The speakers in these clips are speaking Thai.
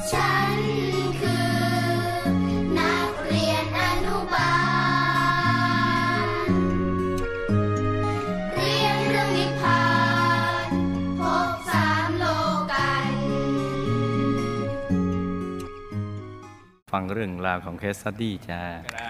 ฉันคือนักเรียนอนุบาลเรียนเรื่องนิพพานพบสามโลกันฟังเรื่องราวของเคสสตัดดี้จ้า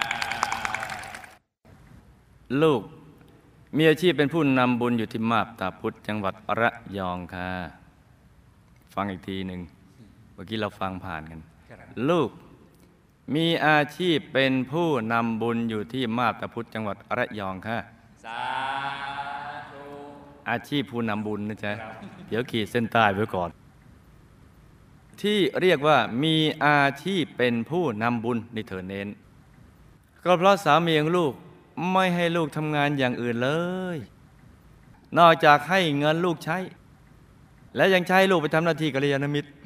ลูกมีอาชีพเป็นผู้นำบุญอยู่ที่มาบตาพุธจังหวัดระยองค่ะฟังอีกทีหนึ่งเมื่อกี้เราฟังผ่านกันลูกมีอาชีพเป็นผู้นำบุญอยู่ที่มาบตาพุธจังหวัดระยองค่ะสาธุอาชีพผู้นำบุญนะจ๊ะเดี๋ยวขีดเส้นใต้ไว้ก่อนที่เรียกว่ามีอาชีพเป็นผู้นำบุญนี่เธอเน้นก็เพราะสามีของลูกไม่ให้ลูกทำงานอย่างอื่นเลยนอกจากให้เงินลูกใช้และยังใช้ลูกไปทำหน้าที่กัลยาณมิตร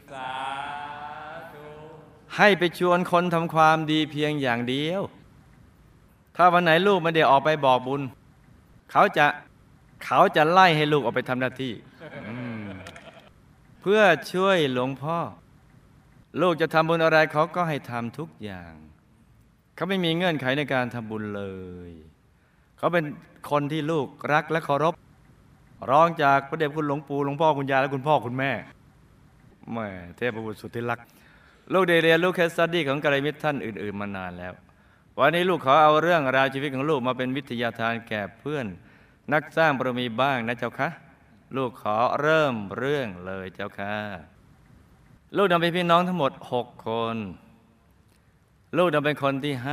ให้ไปชวนคนทำความดีเพียงอย่างเดียวถ้าวันไหนลูกไม่ได้ออกไปบอกบุญเขาจะไล่ให้ลูกออกไปทำหน้าที่เพื่อช่วยหลวงพ่อลูกจะทำบุญอะไรเขาก็ให้ทำทุกอย่างเขาไม่มีเงื่อนไขในการทำบุญเลยเขาเป็นคนที่ลูกรักและเคารพรองจากพระเดชคุณหลวงปู่หลวงพ่อคุณยายและคุณพ่อคุณแม่แม่เทพบุตรสุดที่รักลูกได้เรียนรู้เคสสตัดดี้ของกัลยาณมิตรท่านอื่นๆมานานแล้ววันนี้ลูกขอเอาเรื่องราวชีวิตของลูกมาเป็นวิทยาทานแก่เพื่อนนักสร้างบารมีบ้างนะเจ้าคะลูกขอเริ่มเรื่องเลยเจ้าค่ะลูกนำเป็นพี่น้องทั้งหมด6 คนลูกนำเป็นคนที่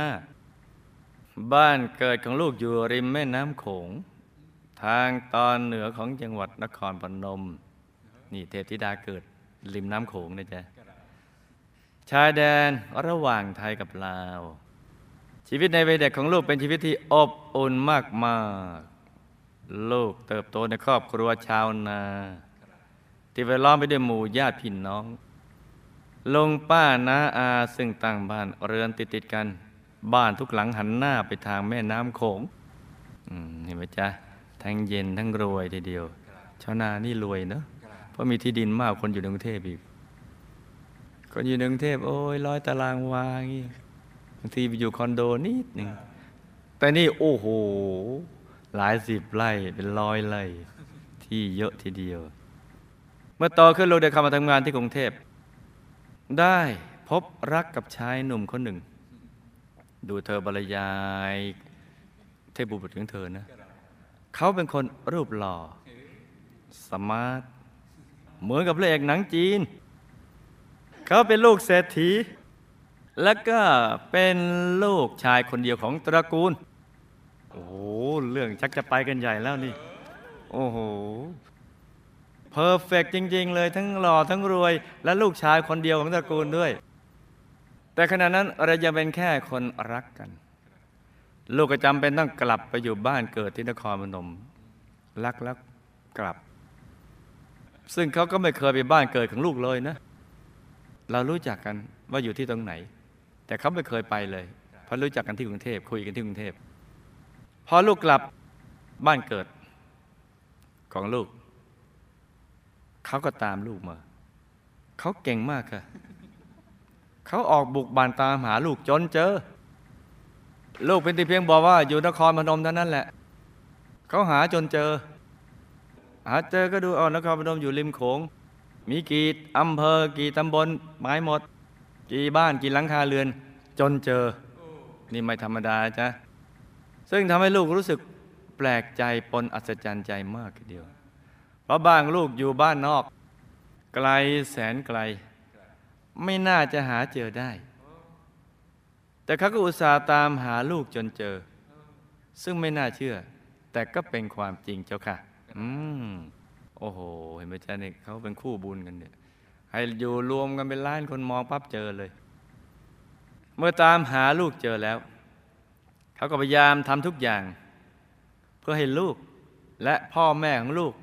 5บ้านเกิดของลูกอยู่ริมแม่น้ำโขงทางตอนเหนือของจังหวัดนครพนมนี่เทพธิดาเกิดริมน้ำโขงนะจ๊ะชายแดนระหว่างไทยกับลาวชีวิตในวัยเด็กของลูกเป็นชีวิตที่อบอุ่นมากๆลูกเติบโตในครอบครัวชาวนาที่แวดล้อมไปด้วยหมู่ญาติพี่น้องลุงป้าน้าอาซึ่งตั้งบ้านเรือนติดกันบ้านทุกหลังหันหน้าไปทางแม่น้ำโขงเห็นไหมจ๊ะทั้งเย็นทั้งรวยทีเดียวชาวนานี่รวยเนอะเพราะมีที่ดินมากคนอยู่ในกรุงเทพอีกคนอยู่ในกรุงเทพโอ้ย100 ตารางวางี้บางทีไปอยู่คอนโดนิดหนึ่งแต่นี่โอ้โหหลาย10 ไร่เป็น100 ไร่ที่เยอะทีเดียวเมื่อโตขึ้นลูกได้เข้ามาทำงานที่กรุงเทพได้พบรักกับชายหนุ่มคนหนึ่งดูเธอบรรยายเทพบุตรของเธอนะเขาเป็นคนรูปหล่อสมาร์ทเหมือนกับพระเอกหนังจีนเขาเป็นลูกเศรษฐีและก็เป็นลูกชายคนเดียวของตระกูลโอ้โหเรื่องชักจะไปกันใหญ่แล้วนี่โอ้โหเพอร์เฟกต์จริงๆเลยทั้งหล่อทั้งรวยและลูกชายคนเดียวของตระกูลด้วยแต่ขณะนั้นเรายังเป็นแค่คนรักกันลูกก็จำเป็นต้องกลับไปอยู่บ้านเกิดที่นครพนมรักแล้วกลับซึ่งเขาก็ไม่เคยไปบ้านเกิดของลูกเลยนะเรารู้จักกันว่าอยู่ที่ตรงไหนแต่เขาไม่เคยไปเลยเพราะรู้จักกันที่กรุงเทพคุยกันที่กรุงเทพพอลูกกลับบ้านเกิดของลูกเขาก็ตามลูกมาเขาเก่งมากค่ะเขาออกบุกบ้านตามหาลูกจนเจอลูกเป็นที่เพียงบอกว่าอยู่นครพนมเท่านั้นแหละเขาหาจนเจอก็ดูนครพนมอยู่ริมโขงมีกี่อำเภอกี่ตำบลหมายหมดกี่บ้านกี่หลังคาเรือนจนเจอนี่ไม่ธรรมดาจ้ะซึ่งทำให้ลูกรู้สึกแปลกใจปนอัศจรรย์ใจมากทีเดียวเพราะบ้านลูกอยู่บ้านนอกไกลแสนไกลไม่น่าจะหาเจอได้แต่เขาก็อุตส่าห์ตามหาลูกจนเจอซึ่งไม่น่าเชื่อแต่ก็เป็นความจริงเจ้าค่ะโอ้โหเห็นไหมจ๊ะเนี่ยเขาเป็นคู่บุญกันเนี่ยให้อยู่รวมกันเป็นล้านคนมองปั๊บเจอเลยเมื่อตามหาลูกเจอแล้วเขาก็พยายามทำทุกอย่างเพื่อให้ลูกและพ่อแม่ของลูก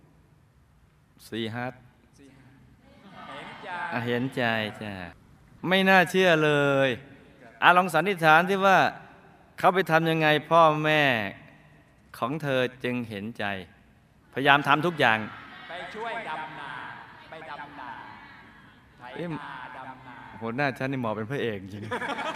4 ฮัทเห็นใจจ้ะไม่น่าเชื่อเลยลองสันนิษฐานที่ว่าเขาไปทำยังไงพ่อแม่ของเธอจึงเห็นใจพยายามทำทุกอย่างไปช่วยดำนาไปดำนาเอ๊ะโหหน้าฉันนี่เหมาะเป็นพระเอกจริง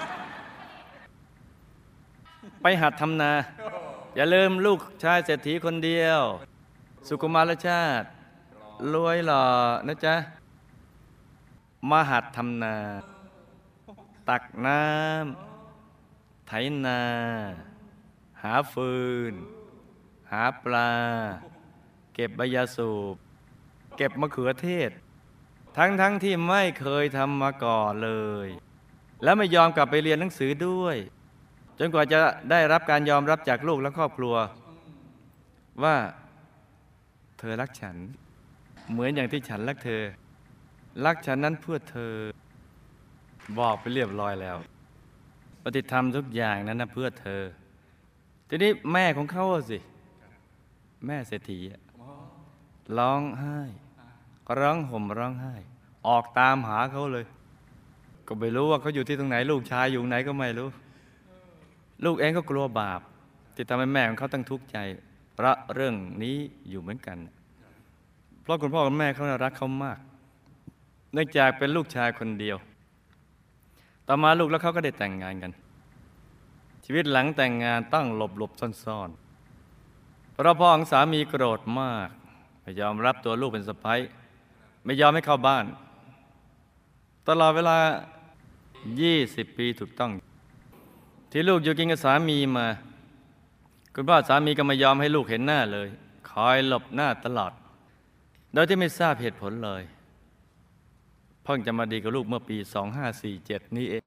ไปหัดทำนา อย่าลืมลูกชายเศรษฐีคนเดียว สุขุมารชาติ รวยหล่อนะจ๊ะ มาหัดทำนา ตักน้ำไถนา หาฟืน หาปลา เก็บใบยาสูบ เก็บมะเขือเทศ ทั้งที่ไม่เคยทำมาก่อนเลย และไม่ยอมกลับไปเรียนหนังสือด้วย จนกว่าจะได้รับการยอมรับจากลูกและครอบครัว ว่าเธอรักฉัน เหมือนอย่างที่ฉันรักเธอ รักฉันนั้นเพื่อเธอ บอกไปเรียบร้อยแล้ว ปฏิธรรมทุกอย่างนั้นนะเพื่อเธอ ทีนี้แม่ของเขาสิ แม่เศรษฐีร้องไห้ร้องห่มร้องไห้ ออกตามหาเขาเลย ก็ไม่รู้ว่าเขาอยู่ที่ตรงไหน ลูกชายอยู่ไหนก็ไม่รู้ ลูกเองก็กลัวบาปที่ทำให้แม่ของเขาต้องทุกข์ใจเพราะเรื่องนี้อยู่เหมือนกัน เพราะคุณพ่อคุณแม่เขารักเขามากเนื่องจากเป็นลูกชายคนเดียว ต่อมาลูกแล้วเขาก็ได้แต่งงานกัน ชีวิตหลังแต่งงานต้องหลบซ่อนๆเพราะพ่อของสามีโกรธมากไม่ยอมรับตัวลูกเป็นสะใภ้ไม่ยอมให้เข้าบ้านตลอดเวลา20 ปีถูกต้องที่ลูกอยู่กินกับสามีมาคุณพ่อสามีก็ไม่ยอมให้ลูกเห็นหน้าเลยคอยหลบหน้าตลอดโดยที่ไม่ทราบเหตุผลเลยเพิ่งจะมาดีกับลูกเมื่อปี2547นี่เอง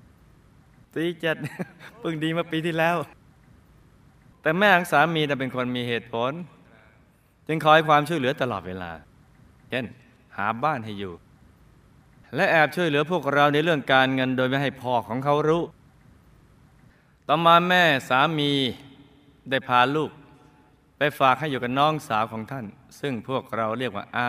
47 เพิ่งดีเมื่อปีที่แล้วแต่แม่ของสามีเป็นคนมีเหตุผลจึงคอยความช่วยเหลือตลอดเวลาเช่นหาบ้านให้อยู่และแอบช่วยเหลือพวกเราในเรื่องการเงินโดยไม่ให้พ่อของเขารู้ต่อมาแม่สามีได้พาลูกไปฝากให้อยู่กับน้องสาวของท่านซึ่งพวกเราเรียกว่าอา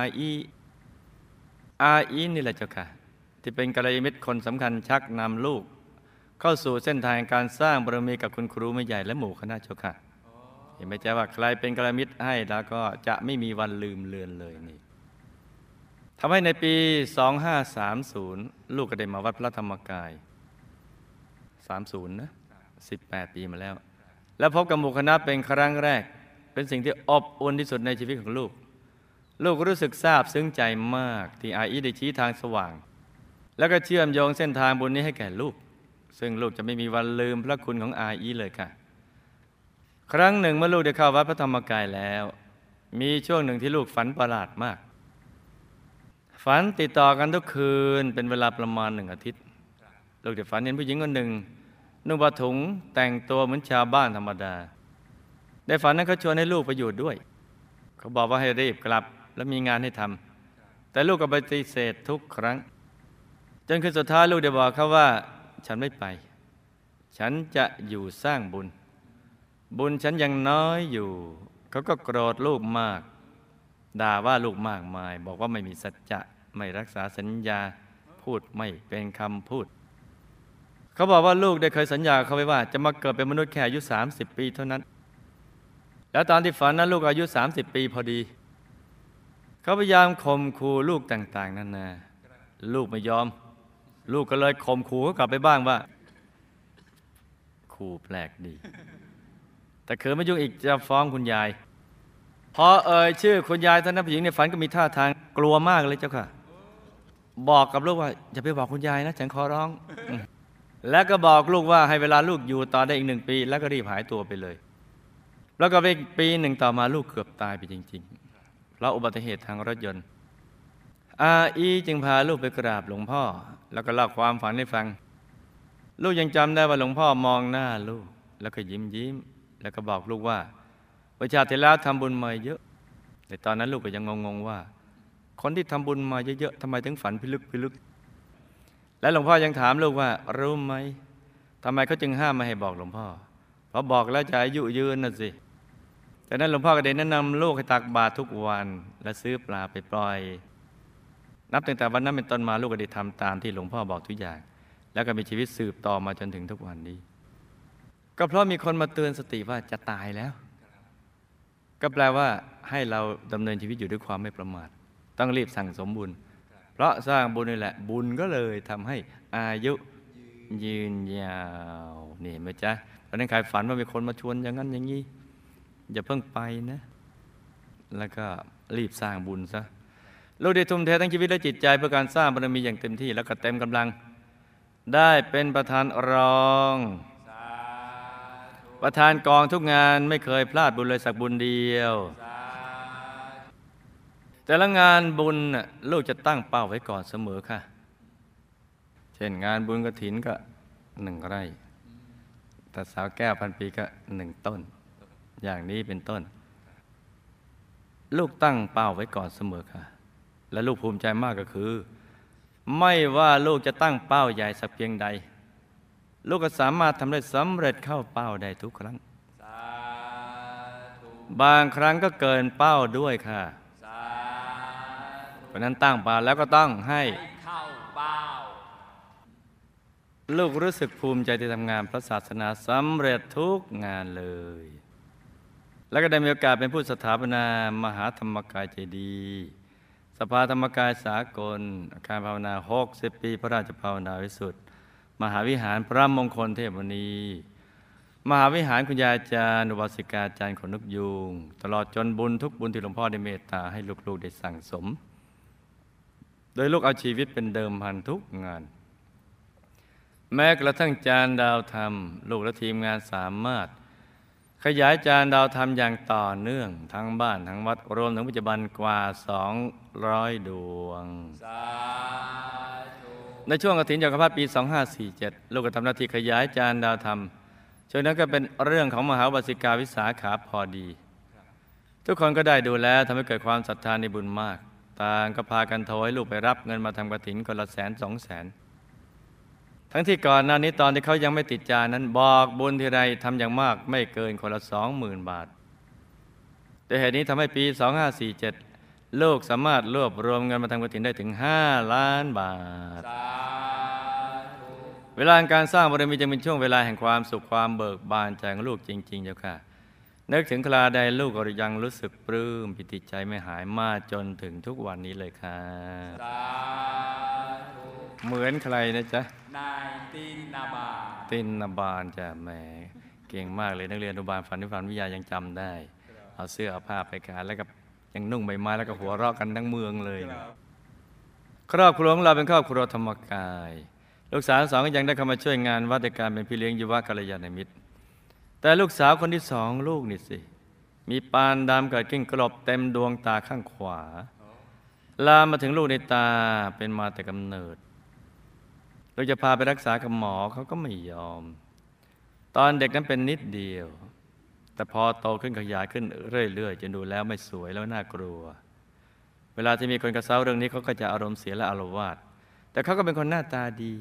อีนี่แหละเจ้าค่ะที่เป็นกัลยาณมิตรคนสำคัญชักนำลูกเข้าสู่เส้นทางการสร้างบารมีกับคุณครูแม่ใหญ่และหมู่คณะเจ้าค่ะเห็นไหมจ๊ะว่าใครเป็นกัลยาณมิตรให้แล้วก็จะไม่มีวันลืมเลือนเลยนี่ทำให้ในปี2530ลูกก็ได้มาวัดพระธรรมกาย30นะ18 ปีมาแล้วและพบกับหมู่คณะเป็นครั้งแรกเป็นสิ่งที่อบอุ่นที่สุดในชีวิตของลูกรู้สึกซาบซึ้งใจมากที่อาอีได้ชี้ทางสว่างแล้วก็เชื่อมโยงเส้นทางบุญนี้ให้แก่ลูกซึ่งลูกจะไม่มีวันลืมพระคุณของอาอีเลยค่ะครั้งหนึ่งเมื่อลูกได้เข้าวัดพระธรรมกายแล้วมีช่วงหนึ่งที่ลูกฝันประหลาดมากฝันติดต่อกันทุกคืนเป็นเวลาประมาณ1 อาทิตย์ลูกได้ฝันเห็นผู้หญิงคนหนึ่งนุ่งผ้าถุงแต่งตัวเหมือนชาวบ้านธรรมดาในฝันนั้นเขาชวนให้ลูกไปอยู่ด้วยเขาบอกว่าให้รีบกลับและมีงานให้ทำแต่ลูกก็ปฏิเสธทุกครั้งจนคืนสุดท้ายลูกได้บอกเขาว่าฉันไม่ไปฉันจะอยู่สร้างบุญฉันยังน้อยอยู่เขาก็โกรธลูกมากด่าว่าลูกมากมายบอกว่าไม่มีสัจจะไม่รักษาสัญญาพูดไม่เป็นคำพูดเขาบอกว่าลูกได้เคยสัญญาเขาไว้ว่าจะมาเกิดเป็นมนุษย์แค่อายุ30 ปีเท่านั้นแล้วตอนที่ฝันนั้นลูกอายุ30 ปีพอดีเขาพยายามข่มขู่ลูกต่างๆนานาลูกไม่ยอมลูกก็เลยข่มขู่เขากลับไปบ้างว่าขู่แปลกดีแต่เคยไม่ยุ่งอีกจะฟ้องคุณยายพอชื่อคุณยายท่านผู้หญิงในฝันก็มีท่าทางกลัวมากเลยเจ้าค่ะบอกกับลูกว่าอย่าไปบอกคุณยายนะฉันขอร้อง แล้วก็บอกลูกว่าให้เวลาลูกอยู่ต่อได้อีก1 ปีแล้วก็รีบหายตัวไปเลยแล้วก็อีกปีหนึ่งต่อมาลูกเกือบตายไปจริงๆเพราะอุบัติเหตุทางรถยนต์อาอีจึงพาลูกไปกราบหลวงพ่อแล้วก็เล่าความฝันให้ฟังลูกยังจำได้ว่าหลวงพ่อมองหน้าลูกแล้วก็ยิ้มแล้วก็บอกลูกว่าชาติที่แล้วทำบุญมาเยอะแต่ตอนนั้นลูกก็ยังงงว่าคนที่ทำบุญมาเยอะๆทำไมถึงฝันพิลึกและหลวงพ่อยังถามลูกว่ารู้ไหมทำไมเขาจึงห้ามไม่ให้บอกหลวงพ่อเพราะบอกแล้วจะอายุยืนน่ะสิจากนั้นหลวงพ่อก็ได้แนะนำลูกให้ตักบาตรทุกวันและซื้อปลาไปปล่อยนับตั้งแต่วันนั้นเป็นต้นมาลูกก็ได้ทำตามที่หลวงพ่อบอกทุกอย่างแล้วก็มีชีวิตสืบต่อมาจนถึงทุกวันนี้ก็เพราะมีคนมาเตือนสติว่าจะตายแล้วก็แปลว่าให้เราดำเนินชีวิตอยู่ด้วยความไม่ประมาทต้องรีบสั่งสมบุญเพราะสร้างบุญนี่แหละบุญก็เลยทำให้อายุยืนยาวนี่เห็นไหมจ๊ะเพราะนั้นใครฝันว่ามีคนมาชวนอย่างนั้นอย่างนี้อย่าเพิ่งไปนะแล้วก็รีบสร้างบุญซะลูกได้ทุ่มเททั้งชีวิตและจิตใจเพื่อการสร้างบารมีอย่างเต็มที่แล้วก็เต็มกำลังได้เป็นประธานรองประธานกองทุกงานไม่เคยพลาดบุญเลยสักบุญเดียวแต่ละงานบุญลูกจะตั้งเป้าไว้ก่อนเสมอค่ะเช่นงานบุญกฐินก็1 ไร่แต่สาวแก้วพันปีก็1 ต้นอย่างนี้เป็นต้นลูกตั้งเป้าไว้ก่อนเสมอค่ะและลูกภูมิใจมากก็คือไม่ว่าลูกจะตั้งเป้าใหญ่สักเพียงใดลูกก็สามารถทำได้สำเร็จเข้าเป้าได้ทุกครั้งบางครั้งก็เกินเป้าด้วยค่ะเพราะนั้นตั้งเป้าแล้วก็ต้องให้เข้าเป้าลูกรู้สึกภูมิใจที่ทำงานพระศาสนาสำเร็จทุกงานเลยแล้วก็ได้มีโอกาสเป็นผู้สถาปนามหาธรรมกายเจดีย์สภาธรรมกายสากลอาคารภาวนา60 ปีพระราชภาวนาวิสุทธิ์มหาวิหารพระมงคลเทพมณีมหาวิหารคุณยายอาจารย์อุบาสิกาอาจารย์ขนนกยูงตลอดจนบุญทุกบุญที่หลวงพ่อได้เมตตาให้ลูกๆได้สั่งสมโดยลูกเอาชีวิตเป็นเดิมพันทุกงานแม้กระทั่งจานดาวธรรมลูกและทีมงานสามารถขยายจานดาวธรรมอย่างต่อเนื่องทั้งบ้านทั้งวัดรวมถึงปัจจุบันกว่า200 ดวงในช่วงกฐินจักรพรรดิปี2547ลูกก็ทำหน้าที่ขยายจานดาวธรรมช่วงนั้นก็เป็นเรื่องของมหาอุบาสิกาวิสาขาพอดีทุกคนก็ได้ดูแลทำให้เกิดความศรัทธาในบุญมากต่างก็พากันโทรให้ลูกไปรับเงินมาทำกฐินคนละ100,000-200,000ทั้งที่ก่อนหน้านี้ตอนที่เขายังไม่ติดจานนั้นบอกบุญทีไรทำอย่างมากไม่เกินคนละ20,000 บาทแต่เหตุนี้ทำให้ปี2547ลูกสามารถรวบรวมเงินมาทำกฐินได้ถึง5 ล้านบาทเวลาการสร้างบารมีจะเป็นช่วงเวลาแห่งความสุขความเบิกบานใจของลูกจริงๆเจ้าค่ะนึกถึงคราใดลูกก็ยังรู้สึกปลื้มปิติใจไม่หายมาจนถึงทุกวันนี้เลยค่ะเหมือนใครนะจ๊ะนายตินนาบาลจ้ะแหมเก่งมากเลยนักเรียนอนุบาลฝันวิทยายังจำได้เอาเสื้อเอาผ้าไปขายแล้วก็ยังนุ่งใบไม้แล้วก็หัวเราะกันทั้งเมืองเลยครอบครัวของเราเป็นครอบครัวธรรมกายลูกสาว2ก็ยังได้เข้ามาช่วยงานวัดในการเป็นพี่เลี้ยงยุวกัลยาณมิตรแต่ลูกสาวคนที่2ลูกนี่สิมีปานดำเกิดขึ้นกลบเต็มดวงตาข้างขวาลามมาถึงลูกในตาเป็นมาแต่กำเนิดเราจะพาไปรักษากับหมอเขาก็ไม่ยอมตอนเด็กนั้นเป็นนิดเดียวแต่พอโตขึ้นขยายขึ้นเรื่อยๆจนดูแล้วไม่สวยแล้วน่ากลัวเวลาที่มีคนกระเซ้าเรื่องนี้เขาก็จะอารมณ์เสียและอาละวาดแต่เขาก็เป็นคนหน้าตาดี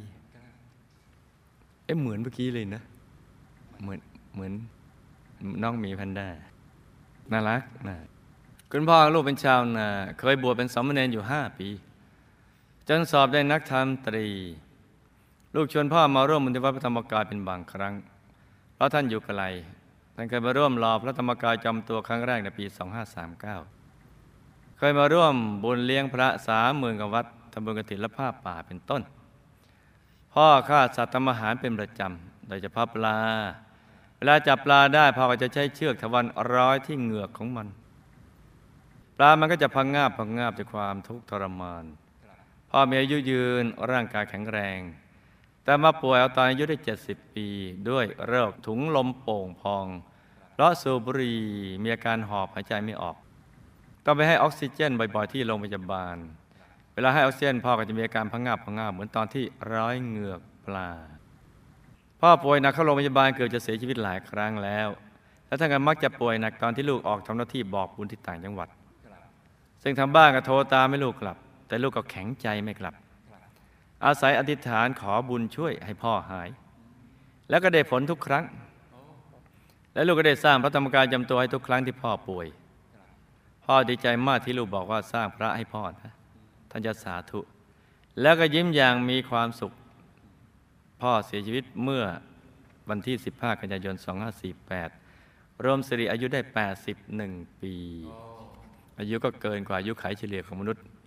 เหมือนเมื่อกี้เลยนะเหมือนน้องหมีแพนด้าน่ารักนะคุณพ่อลูกเป็นชาวนาเคยบวชเป็นสามเณรอยู่5 ปีจนสอบได้นักธรรมตรีลูกชวนพ่อมาร่วมบุญที่วัดพระธรรมกายเป็นบางครั้งเพราะท่านอยู่ไกลท่านเคยมาร่วมรอพระธรรมกายจำตัวครั้งแรกในปี2539เคยมาร่วมบุญเลี้ยงพระ30,000 กว่าวัดทำบุญกฐินและผ้าป่าเป็นต้นพ่อฆ่าสัตว์ทำอาหารเป็นประจำโดยเฉพาะปลาเวลาจับปลาได้พ่อก็จะใช้เชือกทวันร้อยที่เหงือกของมันปลามันก็จะพังงาบด้วยความทุกข์ทรมานพ่อมีอายุยืนร่างกายแข็งแรงแต่มาป่วยเอาตอนอายุได้70 ปีด้วยโรคถุงลมโป่งพองเพราะสูบบุหรี่มีอาการหอบหายใจไม่ออกต้องไปให้ออกซิเจนบ่อยๆที่โรงพยาบาลเวลาให้ออกซิเจนพ่อก็จะมีอาการพังงาบเหมือนตอนที่ร้อยเหงือกปลาพ่อป่วยหนักเข้าโรงพยาบาลเกือบจะเสียชีวิตหลายครั้งแล้วและท่านก็มักจะป่วยหนักตอนที่ลูกออกทำหน้าที่บอกบุญที่ต่างจังหวัดซึ่งทางบ้านก็โทรตามให้ลูกกลับแต่ลูกก็แข็งใจไม่กลับอาศัยอธิษฐานขอบุญช่วยให้พ่อหายแล้วก็ได้ผลทุกครั้งและลูกก็ได้สร้างพระธรรมกายจำตัวให้ทุกครั้งที่พ่อป่วยพ่อดีใจมากที่ลูกบอกว่าสร้างพระให้พ่อนะท่านจะสาธุแล้วก็ยิ้มอย่างมีความสุขพ่อเสียชีวิตเมื่อวันที่15 กันยายน 2548รวมสิริอายุได้81 ปีอายุก็เกินกว่าอายุขัยเฉลี่ยของมนุษย์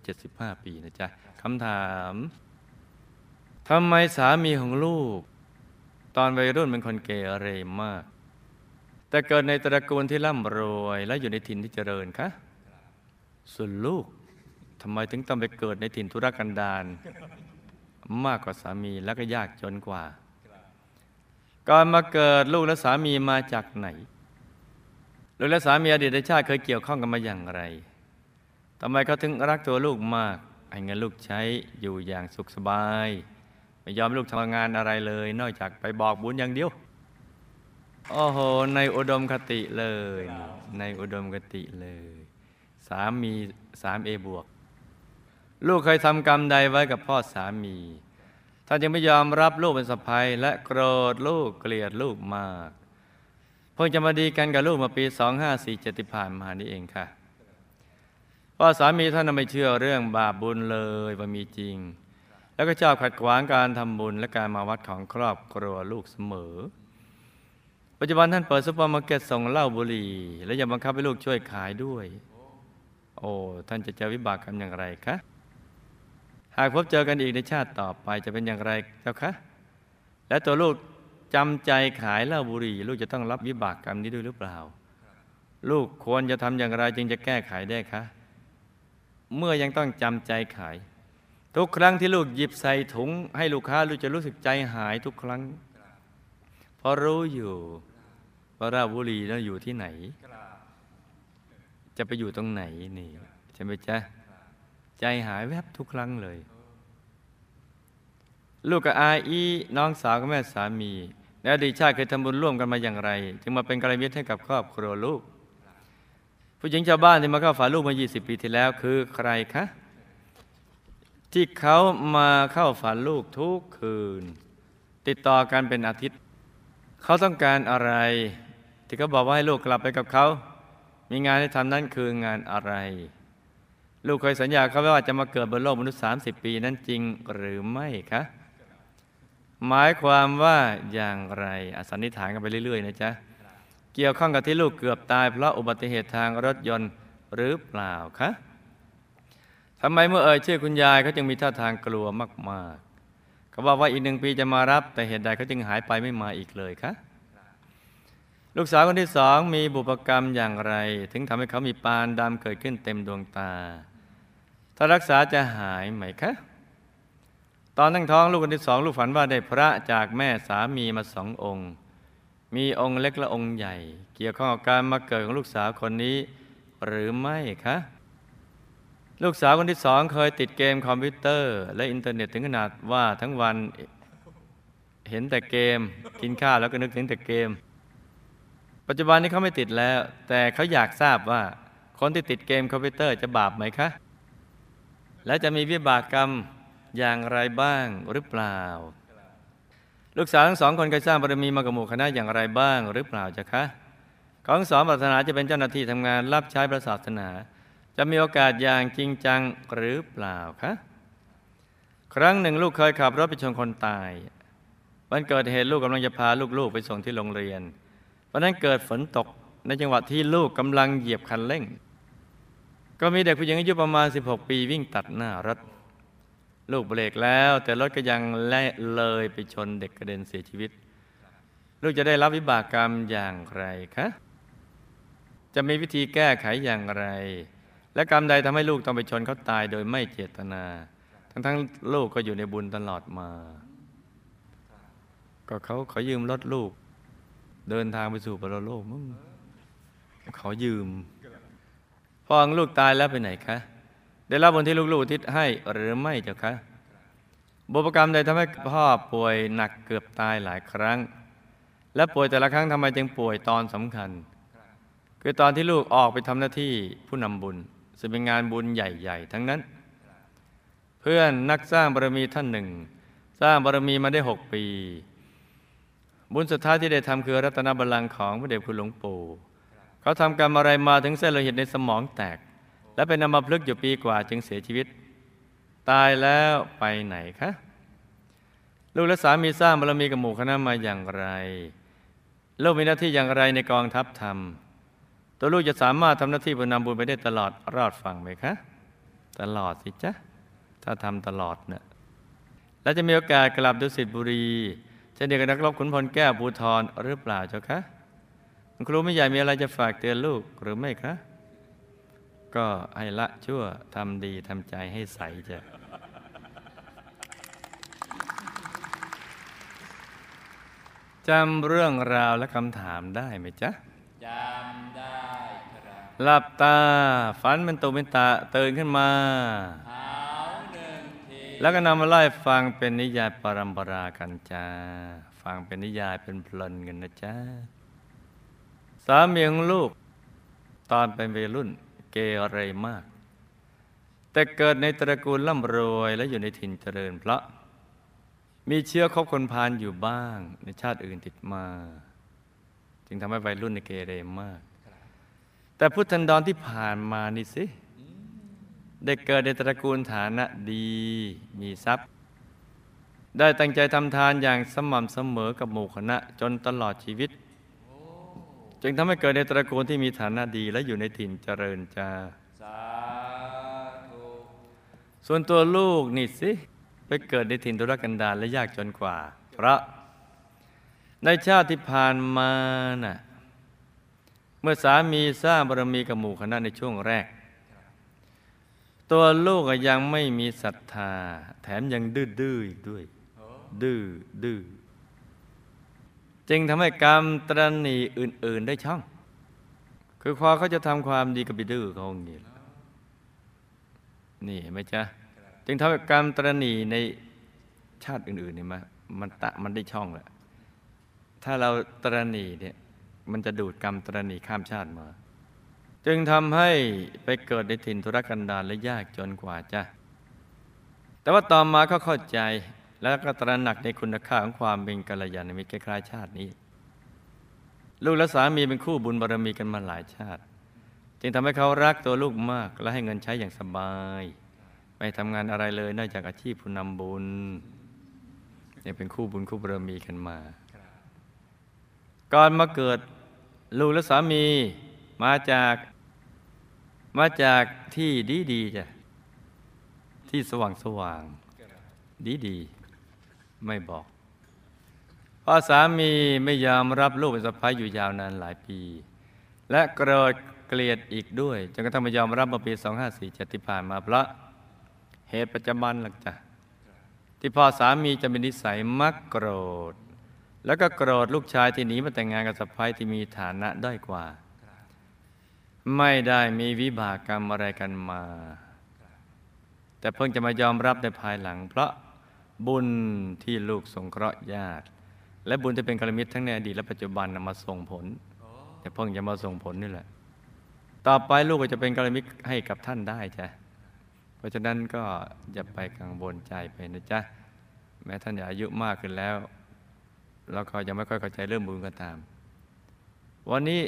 75 ปีนะจ๊ะคำถามทำไมสามีของลูกตอนวัยรุ่นเป็นคนเกเรมากแต่เกิดในตระกูลที่ร่ำรวยและอยู่ในถิ่นที่เจริญคะส่วนลูกทำไมถึงต้องไปเกิดในถิ่นทุรกันดารมากกว่าสามีและก็ยากจนกว่าก่อนมาเกิดลูกและสามีมาจากไหนลูกและสามีอดีตชาติเคยเกี่ยวข้องกันมาอย่างไรทำไมเขาถึงรักตัวลูกมากให้เงินลูกใช้อยู่อย่างสุขสบายไม่ยอมลูกทำงานอะไรเลยนอกจากไปบอกบุญอย่างเดียวโอ้โหในอุดมคติเลยในอุดมคติเลยสามี 3A บวกลูกเคยทำกรรมใดไว้กับพ่อสามีท่านจึงไม่ยอมรับลูกเป็นสะใภ้และโกรธลูกเกลียดลูกมากเพิ่งจะมาดีกันกับลูกมาปี 2547 ที่ผ่านมานี่เองค่ะพ่อสามีท่านไม่เชื่อเรื่องบาปบุญเลยว่ามีจริงแล้วก็ชอบขัดขวางการทำบุญและการมาวัดของครอบครัวลูกเสมอปัจจุบันท่านเปิดซุปเปอร์มาร์เก็ตส่งเหล้าบุหรี่และยังบังคับให้ลูกช่วยขายด้วยโอ้ท่านจะเจอวิบากกรรมอย่างไรคะหากพบเจอกันอีกในชาติต่อไปจะเป็นอย่างไรเจ้าคะและตัวลูกจำใจขายเหล้าบุหรี่ลูกจะต้องรับวิบากกรรมนี้ด้วยหรือเปล่าลูกควรจะทำอย่างไรจึงจะแก้ไขได้คะเมื่อยังต้องจำใจขายทุกครั้งที่ลูกหยิบใส่ถุงให้ลูกค้าลูกจะรู้สึกใจหายทุกครั้งเพราะรู้อยู่ว่าเหล้าบุหรี่นั้นอยู่ที่ไหนจะไปอยู่ตรงไหนนี่ใช่ไหมจ๊ะใจหายแวบทุกครั้งเลยลูกกับอาอีน้องสาวกับแม่สามีในอดีตชาติเคยทำบุญร่วมกันมาอย่างไรจึงมาเป็นกัลยาณมิตรให้กับครอบครัวลูกผู้หญิงชาวบ้านที่มาเข้าฝันลูกมา20 ปีที่แล้วคือใครคะที่เขามาเข้าฝันลูกทุกคืนติดต่อกันเป็นอาทิตย์เขาต้องการอะไรที่เขาบอกว่าให้ลูกกลับไปกับเขามีงานให้ทำนั้นคืองานอะไรลูกเคยสัญญาเขาไว้ว่าจะมาเกิดบนโลกมนุษย์30 ปีนั้นจริงหรือไม่คะหมายความว่าอย่างไรสันนิษฐานกันไปเรื่อยๆนะจ๊ะเกี่ยวข้องกับที่ลูกเกือบตายเพราะอุบัติเหตุทางรถยนต์หรือเปล่าคะทำไมเมื่อเอ่ยชื่อคุณยายเขาจึงมีท่าทางกลัวมากๆเขาบอกว่าอีก1 ปีจะมารับแต่เหตุใดเขาจึงหายไปไม่มาอีกเลยคะลูกสาวคนที่2มีบุพกรรมอย่างไรถึงทำให้เขามีปานดำเกิดขึ้นเต็มดวงตาถ้ารักษาจะหายไหมคะตอนตั้งท้องลูกคนที่2ลูกฝันว่าได้พระจากแม่สามีมา2 องค์มีองค์เล็กและองค์ใหญ่เกี่ยวข้องกับการมาเกิดของลูกสาวคนนี้หรือไม่คะลูกสาวคนที่2เคยติดเกมคอมพิวเตอร์และอินเทอร์เน็ตถึงขนาดว่าทั้งวันเห็นแต่เกมกินข้าวแล้วก็นึกถึงแต่เกมปัจจุบันนี้เขาไม่ติดแล้วแต่เขาอยากทราบว่าคนที่ติดเกมคอมพิวเตอร์จะบาปไหมคะและจะมีวิบากกรรมอย่างไรบ้างหรือเปล่าลูกสาวทั้ง2 คนเคยสร้างบารมีมากับหมู่คณะอย่างไรบ้างหรือเปล่าจ๊ะคะของสอนปรารถนาจะเป็นเจ้าหน้าที่ทำงานรับใช้พระศาสนาจะมีโอกาสอย่างจริงจังหรือเปล่าคะครั้งหนึ่งลูกเคยขับรถไปชนคนตายวันเกิดเหตุลูกกำลังจะพาลูกๆไปส่งที่โรงเรียนเพราะนั้นเกิดฝนตกในจังหวะที่ลูกกำลังเหยียบคันเร่งก็มีเด็กผู้หญิงอายุประมาณ16 ปีวิ่งตัดหน้ารถลูกเบรกแล้วแต่รถก็ยังเลยไปชนเด็กกระเด็นเสียชีวิตลูกจะได้รับวิบากกรรมอย่างไรคะจะมีวิธีแก้ไขอย่างไรและกรรมใดทำให้ลูกต้องไปชนเขาตายโดยไม่เจตนาทั้งลูกก็อยู่ในบุญตลอดมาก็เขาขอยืมรถลูกเดินทางไปสู่ปรโลกมึงขอยืมพ่อของลูกตายแล้วไปไหนคะได้รับบุญที่ลูกๆอุทิศให้หรือไม่เจ้าคะบุพกรรมใดทำให้พ่อป่วยหนักเกือบตายหลายครั้งและป่วยแต่ละครั้งทำไมจึงป่วยตอนสำคัญคือตอนที่ลูกออกไปทำหน้าที่ผู้นำบุญซึ่งเป็นงานบุญใหญ่ๆทั้งนั้นเพื่อนนักสร้างบารมีท่านหนึ่งสร้างบารมีมาได้6 ปีบุญสุดท้ายที่ได้ทำคือรัตนบัลลังก์ของพระเดชคุณหลวงปู่เขาทำกรรมอะไรมาถึงเส้นโลหิตในสมองแตกและเป็นอัมพฤกษ์อยู่ปีกว่าจึงเสียชีวิตตายแล้วไปไหนคะลูกและสามีสร้างบารมีกับหมู่คณะมาอย่างไรลูกมีหน้าที่อย่างไรในกองทัพธรรมตัวลูกจะสามารถทำหน้าที่ผู้นำบุญไปได้ตลอดรอดฝั่งไหมคะตลอดสิจ๊ะถ้าทำตลอดเนี่ยแล้วจะมีโอกาสกลับดุสิตบุรีเช่นเดียวกับนักรบขุนพลแก้วภูธรหรือเปล่าเจ้าคะคุณครูไม่ใหญ่มีอะไรจะฝากเตือนลูกหรือไม่คะก็ให้ละชั่วทำดีทำใจให้ใสจ้ะจำเรื่องราวและคำถามได้ไหมจ๊ะจำได้ครับหลับตาฝันเป็นตุเป็นตะตื่นขึ้นมาเท้าหนึ่งทีแล้วก็นำมาไล่ฟังเป็นนิยายปรัมปรากันจ้าฟังเป็นนิยายเป็นเพลินกันนะจ๊ะสามีของลูกตอนเป็นวัยรุ่นเกเรมากแต่เกิดในตระกูลร่ำรวยและอยู่ในถิ่นเจริญเพราะมีเชื้อคบคนพาลอยู่บ้างในชาติอื่นติดมาจึงทำให้วัยรุ่นในเกเรมากแต่พุทธันดรที่ผ่านมานี่สิได้เกิดในตระกูลฐานะดีมีทรัพย์ได้ตั้งใจทำทานอย่างสม่ำเสมอกับหมู่คณะจนตลอดชีวิตจึงทำให้เกิดในตระกูลที่มีฐานะดีและอยู่ในถิ่นเจริญจ้าสาธุส่วนตัวลูกนี่สิไปเกิดในถิ่นทุรกันดารและยากจนกว่าเพราะในชาติที่ผ่านมาน่ะเมื่อสามีสร้างบารมีกับหมู่คณะในช่วงแรกตัวลูกยังไม่มีศรัทธาแถมยังดื้ออีกด้วยดื้อจึงทำให้กรรมตรณีอื่นๆได้ช่องคือพอเขาจะทำความดีกับบิดื้อเขาอย่างนี้นี่เห็นไหมจ๊ะจึงทำให้กรรมตรณีในชาติอื่นๆเนี่ยมันได้ช่องแหละถ้าเราตรณีเนี่ยมันจะดูดกรรมตรณีข้ามชาติมาจึงทำให้ไปเกิดในถิ่นทุรกันดารและยากจนกว่าจ้ะแต่ว่าต่อมาเขาเข้าใจแล้วก็ตระหนักในคุณค่าของความเป็นกัลยาณมิตรคล้ายๆชาตินี้ลูกและสามีเป็นคู่บุญบารมีกันมาหลายชาติจึงทำให้เขารักตัวลูกมากและให้เงินใช้อย่างสบายไม่ทำงานอะไรเลยนอกจากอาชีพผู้นำบุญเนี่ยเป็นคู่บุญคู่บารมีกันมาก่อนมาเกิดลูกและสามีมาจากที่ดีจ้ะที่สว่างดีไม่บอกเพราะสามีไม่ยอมรับลูกเป็นสะใภ้อยู่ยาวนานหลายปีและโกรธเกลียดอีกด้วยจนกระทั่งไม่ยอมรับเมื่อปี 2547 ที่ผ่านมาเพราะเหตุปัจจุบันหลักจ้ะที่พ่อสามีจะมีนิสัยมักโกรธแล้วก็โกรธลูกชายที่หนีมาแต่งงานกับสะใภ้ที่มีฐานะด้อยกว่าไม่ได้มีวิบากกรรมอะไรกันมาแต่เพิ่งจะมายอมรับในภายหลังเพราะบุญที่ลูกสงเคราะห์ญาติและบุญที่เป็นกัลยาณมิตรทั้งในอดีตและปัจจุบันนำมาส่งผลแต่เพิ่งจะมาส่งผลนี่แหละต่อไปลูกก็จะเป็นกัลยาณมิตรให้กับท่านได้จ้ะเพราะฉะนั้นก็อย่าไปกังวลใจไปนะจ๊ะแม้ท่านอายุมากขึ้นแล้วเราก็ยังไม่ค่อยเข้าใจเรื่องบุญก็ตามวันนี้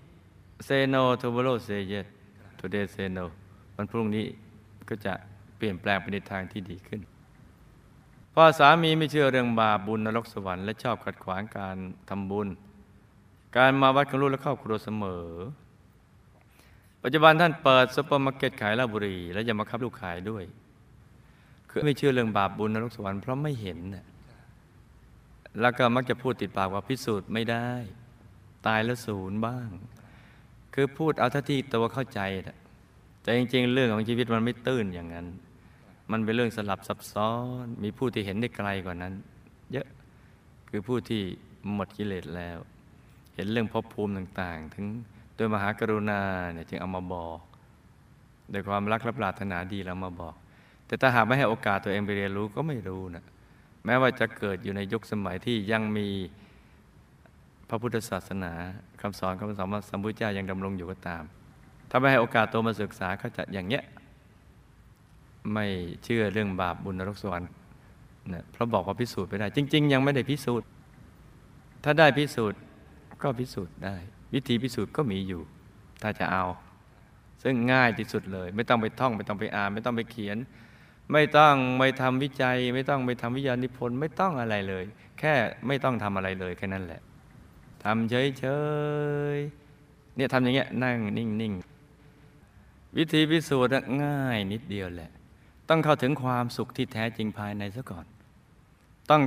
say no tomorrow say yes today say no วันพรุ่งนี้ก็จะเปลี่ยนแปลงไปในทางที่ดีขึ้นพ่อสามีไม่เชื่อเรื่องบาปบุญนรกสวรรค์และชอบขัดขวางการทำบุญการมาวัดของลูกและครอบครัวเสมอปัจจุบันท่านเปิดซุปเปอร์มาร์เก็ตขายเหล้าบุหรี่และยังมาคับลูกขายด้วยคือไม่เชื่อเรื่องบาปบุญนรกสวรรค์เพราะไม่เห็นแล้วก็มักจะพูดติดปากว่าพิสูจน์ไม่ได้ตายแล้วศูนย์บ้างคือพูดเอาเท่าที่ตัวเข้าใจแต่จริงๆเรื่องของชีวิตมันไม่ตื้นอย่างนั้นมันเป็นเรื่องสลับซับซ้อนมีผู้ที่เห็นได้ไกลกว่านั้นเยอะคือผู้ที่หมดกิเลสแล้วเห็นเรื่องภพภูมิต่างๆถึงโดยมหากรุณาเนี่ยจึงเอามาบอกโดยความรักและปรารถนาดีแล้วมาบอกแต่ถ้าหากไม่ให้โอกาสตัวเองไปเรียนรู้ก็ไม่รู้นะแม้ว่าจะเกิดอยู่ในยุคสมัยที่ยังมีพระพุทธศาสนาคำสอนของพระสัมมาสัมพุทธเจ้ายังดำรงอยู่ก็ตามถ้าไม่ให้โอกาสตัวมาศึกษาก็จะอย่างเงี้ยไม่เชื่อเรื่องบาปบุญนรกสวรรค์เนี่ยเพราะบอกว่าพิสูจน์ไม่ได้จริงๆยังไม่ได้พิสูจน์ถ้าได้พิสูจน์ก็พิสูจน์ได้วิธีพิสูจน์ก็มีอยู่ถ้าจะเอาซึ่งง่ายที่สุดเลยไม่ต้องไปท่องไม่ต้องไปอ่านไม่ต้องไปเขียนไม่ต้องไปทำวิจัยไม่ต้องไปทำวิทยานิพนธ์ไม่ต้องอะไรเลยแค่ไม่ต้องทำอะไรเลยแค่นั้นแหละทำเฉยๆเนี่ยทำอย่างเงี้ยนั่งนิ่งๆวิธีพิสูจน์ง่ายนิดเดียวแหละต้องเข้าถึงความสุขที่แท้จริงภายในซะก่อนต้อง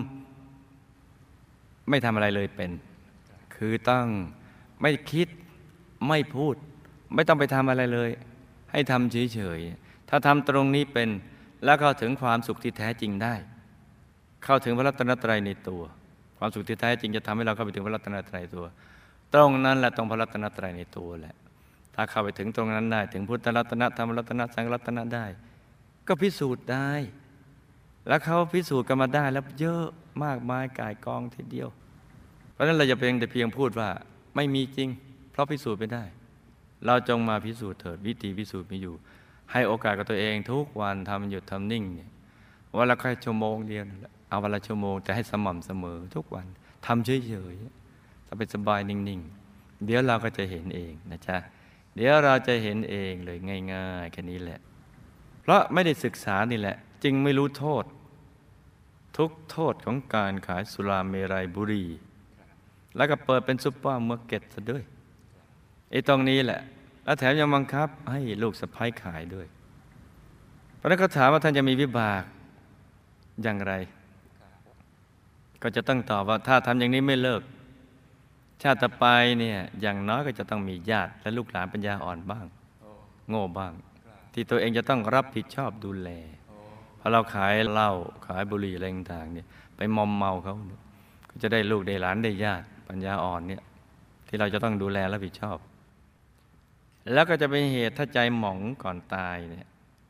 ไม่ทำอะไรเลยเป็นคือต้องไม่คิดไม่พูดไม่ต้องไปทำอะไรเลยให้ทำเฉยๆถ้าทำตรงนี้เป็นแล้วเข้าถึงความสุขที่แท้จริงได้เข้าถึงพระรัตนตรัยในตัวความสุขที่แท้จริงจะทำให้เราเข้าไปถึงพระรัตนตรัยตัวตรงนั้นแหละตรงพระรัตนตรัยในตัวแหละถ้าเข้าไปถึงตรงนั้นได้ถึงพุทธรัตนะธรรมรัตนะสังฆรัตนะได้ก็พิสูจน์ได้แล้วเขาพิสูจน์กันมาได้แล้วเยอะมากมายก่ายกองทีเดียวเพราะฉะนั้นเราจะเพียงพูดว่าไม่มีจริงเพราะพิสูจน์ไม่ได้เราจงมาพิสูจน์เถิดวิธีพิสูจน์มีอยู่ให้โอกาสกับตัวเองทุกวันทำหยุดทำนิ่งเนี่ยวันละแค่ชั่วโมงเดียวเอาวันละชั่วโมงแต่ให้สม่ำเสมอทุกวันทำเฉยๆถ้าเป็นสบายนิ่งๆเดี๋ยวเราก็จะเห็นเองนะจ๊ะเดี๋ยวเราจะเห็นเองเลยง่ายๆแค่นี้แหละเพราะไม่ได้ศึกษานี่แหละจึงไม่รู้โทษทุกโทษของการขายสุราเมรัยบุหรี่แล้วก็เปิดเป็นซุปเปอร์มาร์เก็ตซะด้วยไอ้ตรงนี้แหละแล้วแถมยังบังคับให้ลูกสะใภ้ขายด้วยเพราะนั้นเขาถามว่าท่านจะมีวิบากอย่างไรก็จะต้องตอบว่าถ้าทำอย่างนี้ไม่เลิกชาติต่อไปเนี่ยอย่างน้อยก็จะต้องมีญาติและลูกหลานปัญญาอ่อนบ้างโง่บ้างที่ตัวเองจะต้องรับผิดชอบดูแลพอเราขายเหล้าขายบุหรี่อะไรต่างๆเนี่ยไปมอมเมาเขาก็จะได้ลูกได้หลานได้ญาติปัญญาอ่อนเนี่ยที่เราจะต้องดูแลรับผิดชอบแล้วก็จะเป็นเหตุถ้าใจหมองก่อนตายเนี่ย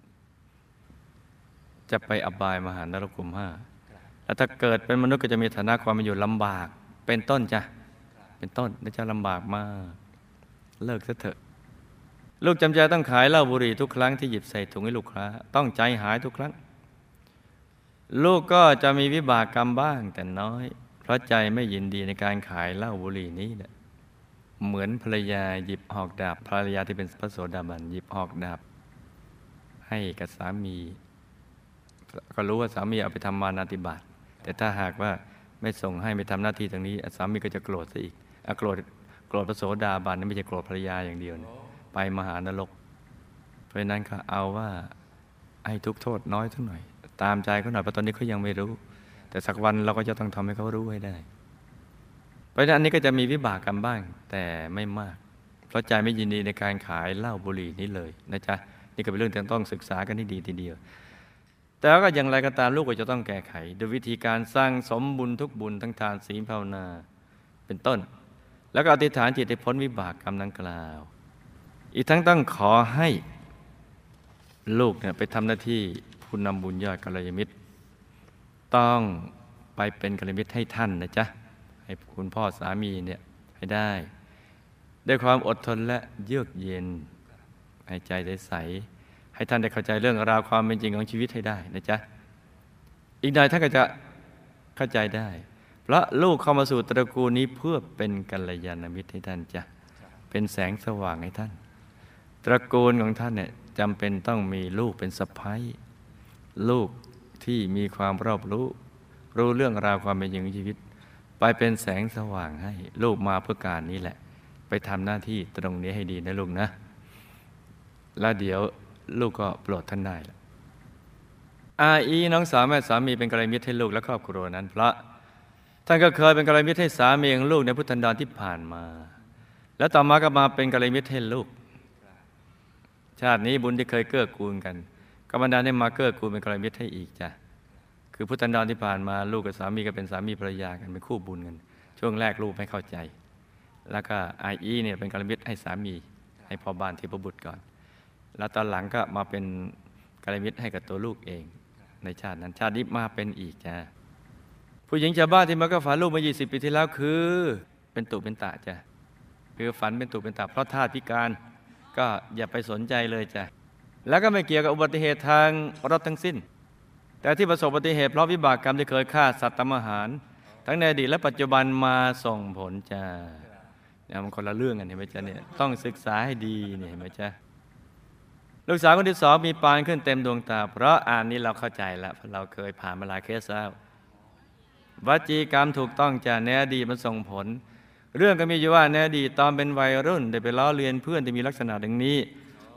จะไปอบายมหานรกขุม5แล้วถ้าเกิดเป็นมนุษย์ก็จะมีฐานะความเป็นอยู่ลำบากเป็นต้นจ้ะเป็นต้นและจะลำบากมากเลิกซะเถอะลูกจำใจต้องขายเหล้าบุหรี่ทุกครั้งที่หยิบใส่ถุงให้ลูกค้าต้องใจหายทุกครั้งลูกก็จะมีวิบากกรรมบ้างแต่น้อยเพราะใจไม่ยินดีในการขายเหล้าบุหรี่นี้แหละเหมือนภรรยาหยิบหอกดาบภรรยาที่เป็นพระโสดาบันหยิบหอกดาบให้กับสามีก็รู้ว่าสามีเอาไปทำมานาติบาตแต่ถ้าหากว่าไม่ส่งให้ไปทำหน้าที่ตรงนี้สามีก็จะโกรธซะอีกโกรธพระโสดาบันนี่ไม่ใช่โกรธภรรยาอย่างเดียวนะไปมหานรกเพราะนั้นก็เอาว่าให้ทุกโทษน้อยสักหน่อยตามใจเขาหน่อยเพราะตอนนี้เขายังไม่รู้แต่สักวันเราก็จะต้องทำให้เขารู้ให้ได้เพราะฉะนั้นอันนี้ก็จะมีวิบากกรรมบ้างแต่ไม่มากเพราะใจไม่ยินดีในการขายเหล้าบุหรี่นี้เลยนะจ๊ะนี่ก็เป็นเรื่องที่ต้องศึกษากันให้ดีทีเดียวแต่ก็อย่างไรก็ตามลูกก็จะต้องแก้ไขโดยวิธีการสร้างสมบุญทุกบุญทั้งทานศีลภาวนาเป็นต้นแล้วก็อธิษฐานจิตให้พ้นวิบากกรรมดังกล่าวอีกทั้งต้องขอให้ลูกเนี่ยไปทำหน้าที่ผู้นำบุญยอดกัลยาณมิตรต้องไปเป็นกัลยาณมิตรให้ท่านนะจ๊ะให้คุณพ่อสามีเนี่ยให้ได้ด้วยความอดทนและเยือกเย็นให้ใจใสๆให้ท่านได้เข้าใจเรื่องราวความเป็นจริงของชีวิตให้ได้นะจ๊ะอีกหน่อยท่านก็จะเข้าใจได้เพราะลูกเข้ามาสู่ตระกูลนี้เพื่อเป็นกัลยาณมิตรให้ท่านจ้ะเป็นแสงสว่างให้ท่านตระกูลของท่านเนี่ยจำเป็นต้องมีลูกเป็นสะใภ้ลูกที่มีความรอบรู้เรื่องราวความเป็นจริงของชีวิตไปเป็นแสงสว่างให้ลูกมาเพื่อการนี้แหละไปทำหน้าที่ตรงนี้ให้ดีนะลูกนะแล้วเดี๋ยวลูกก็โปรดท่านได้ละน้องสาวแม่สามีเป็นกัลยาณมิตรให้ลูกและครอบครัวนั้นเพราะท่านก็เคยเป็นกัลยาณมิตรให้สามีของลูกในพุทธันดรที่ผ่านมาแล้วต่อมาก็มาเป็นกัลยาณมิตรให้ลูกชาตินี้บุญที่เคยเกื้อกูลกันก็บันดาลให้มาเกื้อกูลเป็นกัลยาณมิตรให้อีกจ้ะคือพุทธันดรที่ผ่านมาลูกกับสามีก็เป็นสามีภรรยากันเป็นคู่บุญกันช่วงแรกลูกไม่เข้าใจแล้วก็เนี่ยเป็นกัลยาณมิตรให้สามีให้พ่อบ้านเทพบุตรก่อนแล้วตอนหลังก็มาเป็นกัลยาณมิตรให้กับตัวลูกเองในชาตินั้นชาตินี้มาเป็นอีกจ้ะผู้หญิงชาวบ้านที่มาก็ฝันลูกมา20 ปีที่แล้วคือเป็นตุเป็นตะจ้ะคือฝันเป็นตุเป็นตะเพราะธาตุพิการก็อย่าไปสนใจเลยจ้ะแล้วก็ไม่เกี่ยวกับอุบัติเหตุทางรถทั้งสิ้นแต่ที่ประสบอุบัติเหตุเพราะวิบากกรรมที่เคยฆ่าสัตว์ทำอาหารทั้งในอดีตและปัจจุบันมาส่งผลจ้ะเนี่ยมันคนละเรื่องกันเห็นไหมจ๊ะเนี่ยต้องศึกษาให้ดีเนี่ยเห็นไหมจ๊ะลูกสาวคนที่2มีปานขึ้นเต็มดวงตาเพราะนี้เราเข้าใจแล้วเพราะเราเคยผ่านมาหลายเคสแล้ววจีกรรมถูกต้องจ้ะในอดีตมันส่งผลเรื่องก็มีอยู่ว่าในอดีตตอนเป็นวัยรุ่นได้ไปล้อเลียนเพื่อนที่มีลักษณะดังนี้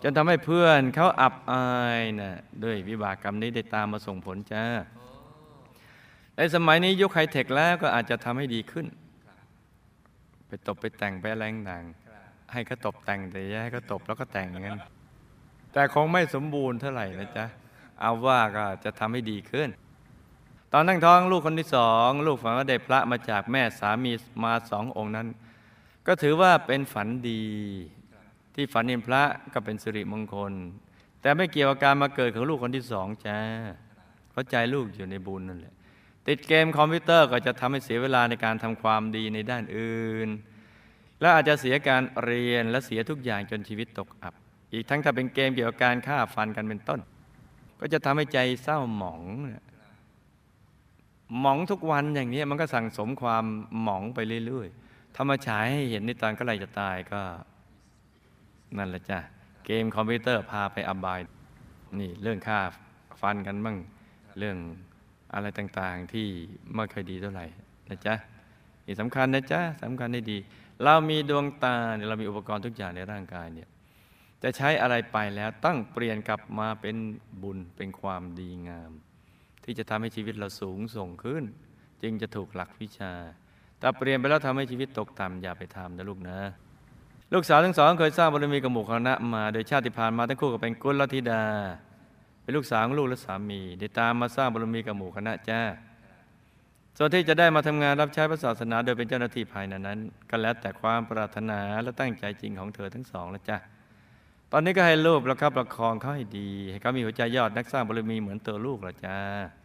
จนทำให้เพื่อนเขาอับอายนะด้วยวิบากกรรมนี้ได้ตามมาส่งผลจ้าในสมัยนี้ยุคไฮเทคแล้วก็อาจจะทำให้ดีขึ้นไปตบไปแต่งไปอะไรต่างให้เขาตบแต่งแต่อย่าให้เขาตบแล้วก็แต่งอย่างนั้นแต่คงไม่สมบูรณ์เท่าไหร่นะจ๊ะเอาว่าก็จะทำให้ดีขึ้นตอนนั่งท้องลูกคนที่สองลูกฝันว่าได้พระมาจากแม่สามีมา2 องค์นั้นก็ถือว่าเป็นฝันดีที่ฝันเห็นพระก็เป็นสิริมงคลแต่ไม่เกี่ยวกับการมาเกิดของลูกคนที่สองจ้าเพราะใจลูกอยู่ในบุญนั่นแหละติดเกมคอมพิวเตอร์ก็จะทำให้เสียเวลาในการทำความดีในด้านอื่นและอาจจะเสียการเรียนและเสียทุกอย่างจนชีวิตตกอับอีกทั้งถ้าเป็นเกมเกี่ยวกับการฆ่าฟันกันเป็นต้นก็จะทำให้ใจเศร้าหมองหมองทุกวันอย่างนี้มันก็สั่งสมความหมองไปเรื่อยๆทำมาฉายให้เห็นในตอนก็ไรจะตายก็นั่นแหละจ้ะเกมคอมพิวเตอร์พาไปอบายนี่เรื่องฆ่าฟันกันบ้างเรื่องอะไรต่างๆที่ไม่ค่อยดีเท่าไหร่นะจ๊ะนี่สำคัญนะจ๊ะสำคัญได้ดีเรามีดวงตาเนี่ยเรามีอุปกรณ์ทุกอย่างในร่างกายเนี่ยจะใช้อะไรไปแล้วต้องเปลี่ยนกลับมาเป็นบุญเป็นความดีงามที่จะทำให้ชีวิตเราสูงส่งขึ้นจึงจะถูกหลักวิชาถ้าเปลี่ยนไปแล้วทำให้ชีวิตตกต่ำอย่าไปทำนะลูกนะลูกสาวทั้งสองเคยสร้างบารมีกับหมู่คณะมาโดยชาติผ่านมาทั้งคู่ก็เป็นกุลธิดาเป็นลูกสาวของลูกและสามีได้ตามมาสร้างบารมีกับหมู่คณะจ้าส่วนที่จะได้มาทำงานรับใช้พระศาสนาโดยเป็นเจ้าหน้าที่ภายในนั้นก็แล้วแต่ความปรารถนาและตั้งใจจริงของเธอทั้งสองแล้วจ้าตอนนี้ก็ให้ลูกประคับประคองเขาให้ดีให้เขามีหัวใจยอดนักสร้างบารมีเหมือนตัวลูกละจ้า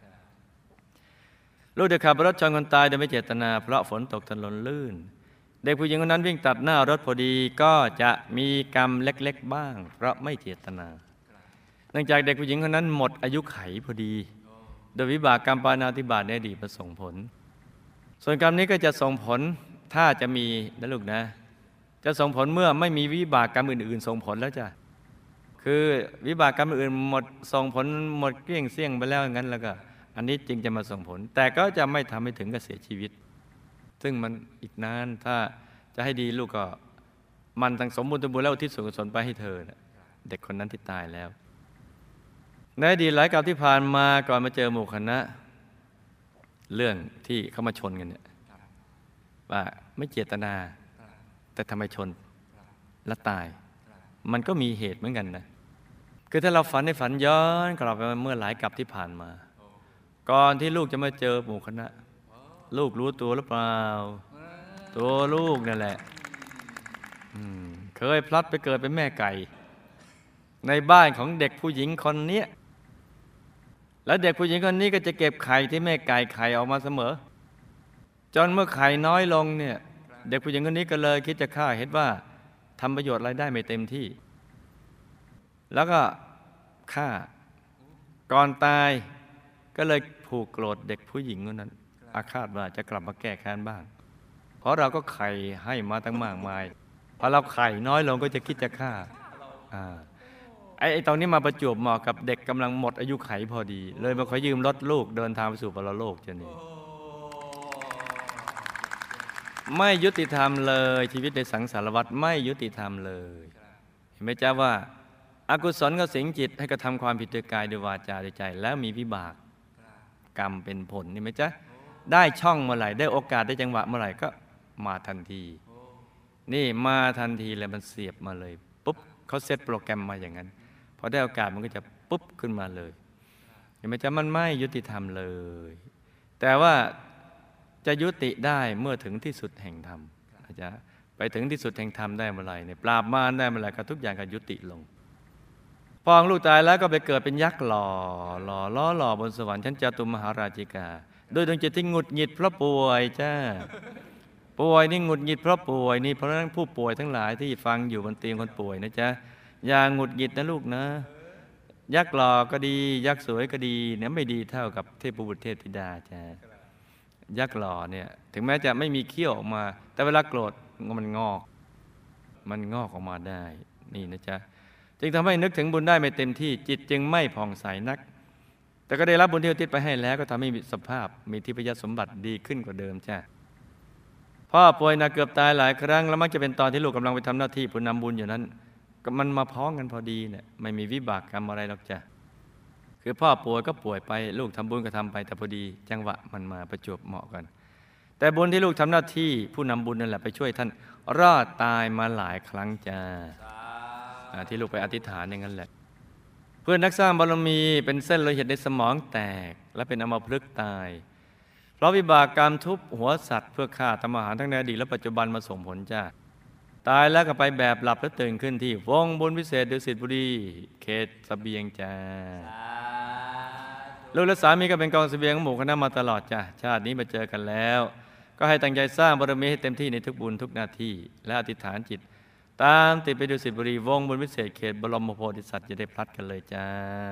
ลูกเด็กขับรถชนคนตายโดยไม่เจตนาเพราะฝนตกถนนลื่นเด็กผู้หญิงคนนั้นวิ่งตัดหน้ารถพอดีก็จะมีกรรมเล็กๆบ้างเพราะไม่เจตนาเนื่องจากเด็กผู้หญิงคนนั้นหมดอายุไขพอดีโดยวิบากกรรมปาณาติบาตในอดีตมาส่งผลส่วนกรรมนี้ก็จะส่งผลถ้าจะมีนะลูกนะจะส่งผลเมื่อไม่มีวิบากกรรมอื่นๆส่งผลแล้วจ้ะคือวิบากกรรมอื่นหมดส่งผลหมดเกลี้ยงเสี่ยงไปแล้วงั้นแล้วก็อันนี้จึงจะมาส่งผลแต่ก็จะไม่ทำให้ถึงกับเสียชีวิตซึ่งมันอีกนานถ้าจะให้ดีลูกก็มันทั้งสมบูรณ์แล้วอุทิศส่วนกุศลไปให้เธอนะเด็กคนนั้นที่ตายแล้วในอดีตหลายกับที่ผ่านมาก่อนมาเจอหมู่คณะเรื่องที่เข้ามาชนกันเนี่ยว่าไม่เจตนาแต่ทำไมชนและตายมันก็มีเหตุเหมือนกันนะคือถ้าเราฝันในฝันย้อนกลับไปเมื่อหลายกับที่ผ่านมาก่อนที่ลูกจะมาเจอหมู่คณะลูกรู้ตัวหรือเปล่าตัวลูกนั่นแหละเคยพลัดไปเกิดเป็นแม่ไก่ในบ้านของเด็กผู้หญิงคนนี้แล้วเด็กผู้หญิงคนนี้ก็จะเก็บไข่ที่แม่ไก่ไข่ออกมาเสมอจนเมื่อไข่น้อยลงเนี่ยเด็กผู้หญิงคนนี้ก็เลยคิดจะฆ่าเห็นว่าทำประโยชน์อะไรได้ไม่เต็มที่แล้วก็ฆ่าก่อนตายก็เลยผูกโกรธเด็กผู้หญิงคนนั้นอาฆาตว่าจะกลับมาแก้แค้นบ้างเพราะเราก็ไข่ให้มาตั้งมากมายพอเราไข่น้อยลงก็จะคิดจะฆ่าไอ้ตอนนี้มาประจวบเหมาะกับเด็กกำลังหมดอายุไขพอดีเลยมาขอยืมรถลูกเดินทางไปสู่ปรโลกเจนี่ไม่ยุติธรรมเลยชีวิตในสังสารวัฏไม่ยุติธรรมเลยเห็นไหมจ๊ะว่าอกุศลก็สิงจิตให้กระทำความผิดด้วยกายด้วยวาจาด้วยใจแล้วมีวิบากกรรมเป็นผลนี่ไหมจ๊ะได้ช่องเมื่อไหร่ได้โอกาสได้จังหวะเมื่อไหร่ก็มาทันทีนี่มาทันทีเลยมันเสียบมาเลยปุ๊บเขาเซตโปรแกรมมาอย่างนั้นพอได้โอกาสมันก็จะปุ๊บขึ้นมาเลยเห็นไหมจ๊ะมันไม่ยุติธรรมเลยแต่ว่าจะยุติได้เมื่อถึงที่สุดแห่งธรรมนะจ๊ะไปถึงที่สุดแห่งธรรมได้เมื่อไหร่เนี่ยปราบมารได้เมื่อไหร่ก็ทุกอย่างก็ยุติลงพอลูกตายแล้วก็ไปเกิดเป็นยักษ์หล่อบนสวรรค์ชั้นจตุมหาราชิกาโดยดวงจิตที่หงุดหงิดเพราะป่วยจ้าป่วยนี่หงุดหงิดเพราะป่วยนี่เพราะฉะนั้นผู้ป่วยทั้งหลายที่ฟังอยู่บนเตียงคนป่วยนะจ๊ะอย่าหงุดหงิดนะลูกนะยักษ์หล่อก็ดียักษ์สวยก็ดีเนี่ยไม่ดีเท่ากับเทพบุตรเทพธิดาจ้ายักษ์หล่อเนี่ยถึงแม้จะไม่มีเขี้ยวออกมาแต่เวลาโกรธมันงอกออกมาได้นี่นะจ๊ะจึงทำให้นึกถึงบุญได้ไม่เต็มที่จิตจึงไม่ผ่องใสนักแต่ก็ได้รับบุญที่อุทิศไปให้แล้วก็ทำให้มีสภาพมีทิพยสมบัติดีขึ้นกว่าเดิมจ้ะพ่อป่วยหนักเกือบตายหลายครั้งแล้วมักจะเป็นตอนที่ลูกกำลังไปทำหน้าที่ผู้นำบุญอยู่นั้นมันมาพ้องกันพอดีเนี่ยไม่มีวิบากกรรมอะไรหรอกจ้ะคือพ่อป่วยก็ป่วยไปลูกทำบุญก็ทำไปแต่พอดีจังหวะมันมาประจวบเหมาะกันแต่บุญที่ลูกทำหน้าที่ผู้นำบุญนั่นแหละไปช่วยท่านรอดตายมาหลายครั้งจ้าที่ลูกไปอธิษฐานอย่างนั้นแหละเพื่อนนักสร้างบารมีเป็นเส้นโลหิตในสมองแตกและเป็นอัมพฤกษ์ตายเพราะวิบากกรรมทุบหัวสัตว์เพื่อฆ่าทำอาหารทั้งในอดีตและปัจจุบันมาส่งผลจ้าตายแล้วก็ไปแบบหลับแล้วตื่นขึ้นที่วงบุญพิเศษดุสิตบุรีเขตเสบียงจ้าลูกและสามีก็เป็นกองเสบียงของหมู่คณะมาตลอดจ้าชาตินี้มาเจอกันแล้วก็ให้ตั้งใจสร้างบารมีให้เต็มที่ในทุกบุญทุกหน้าที่และอธิษฐานจิตตามติดไปดุสิตบุรีวงบุญพิเศษเขตบรมโพธิสัตว์จะได้พลัดกันเลยจ้า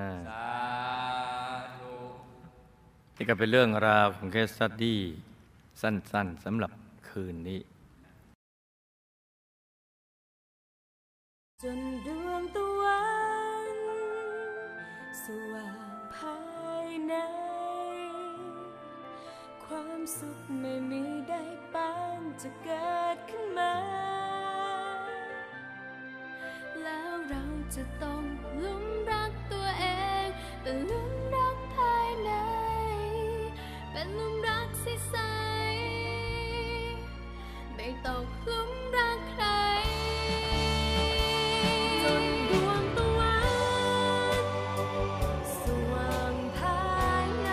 นี่ก็เป็นเรื่องราวของเคสสตั๊ดดี้สั้นๆสำหรับคืนนี้จนดวงตะวันสว่างภายในความสุขไม่มีใดปานจะเกิดขึ้นมาแล้วเราจะต้องลุ่มรักตัวเองเป็นลุ่มรักภายในเป็นลุ่มรักใสๆไม่ต้องลุ่มรักใครจนดวงตะวันสว่างภายใน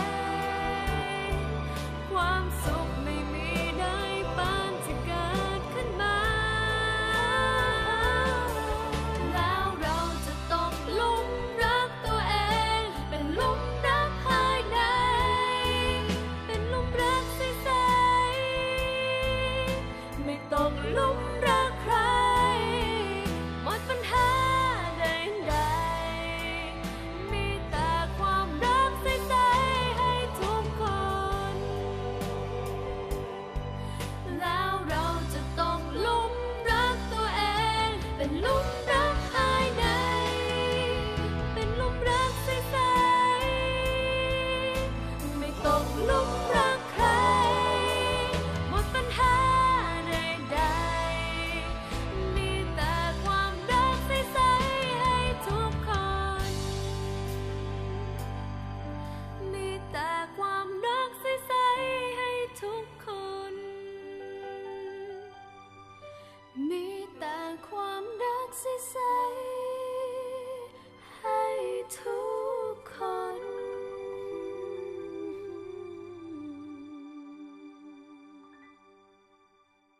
ความสุขไม่มีใดปานจะเกิดขึ้นมาแล้วเราจะต้องลุ่มรักตัวเองเป็นลุ่มรักภายในเป็นลุ่มรักใสๆไม่ต้องลุ่มรักใครหมดปัญหาใดๆมีแต่ความรักใสๆให้ทุกคนแล้วเราจะต้องลุ่มรักตัวเองเป็นลุ่มรักภายในเป็นลุ่มรักใสๆไม่ต้องลุ่มรักใครหมดปัญหาใดๆมีแต่ความรักใสๆให้ทุกคนมีแต่ความรักใสๆให้ทุกคนมีแต่ความรักใสๆให้ทุก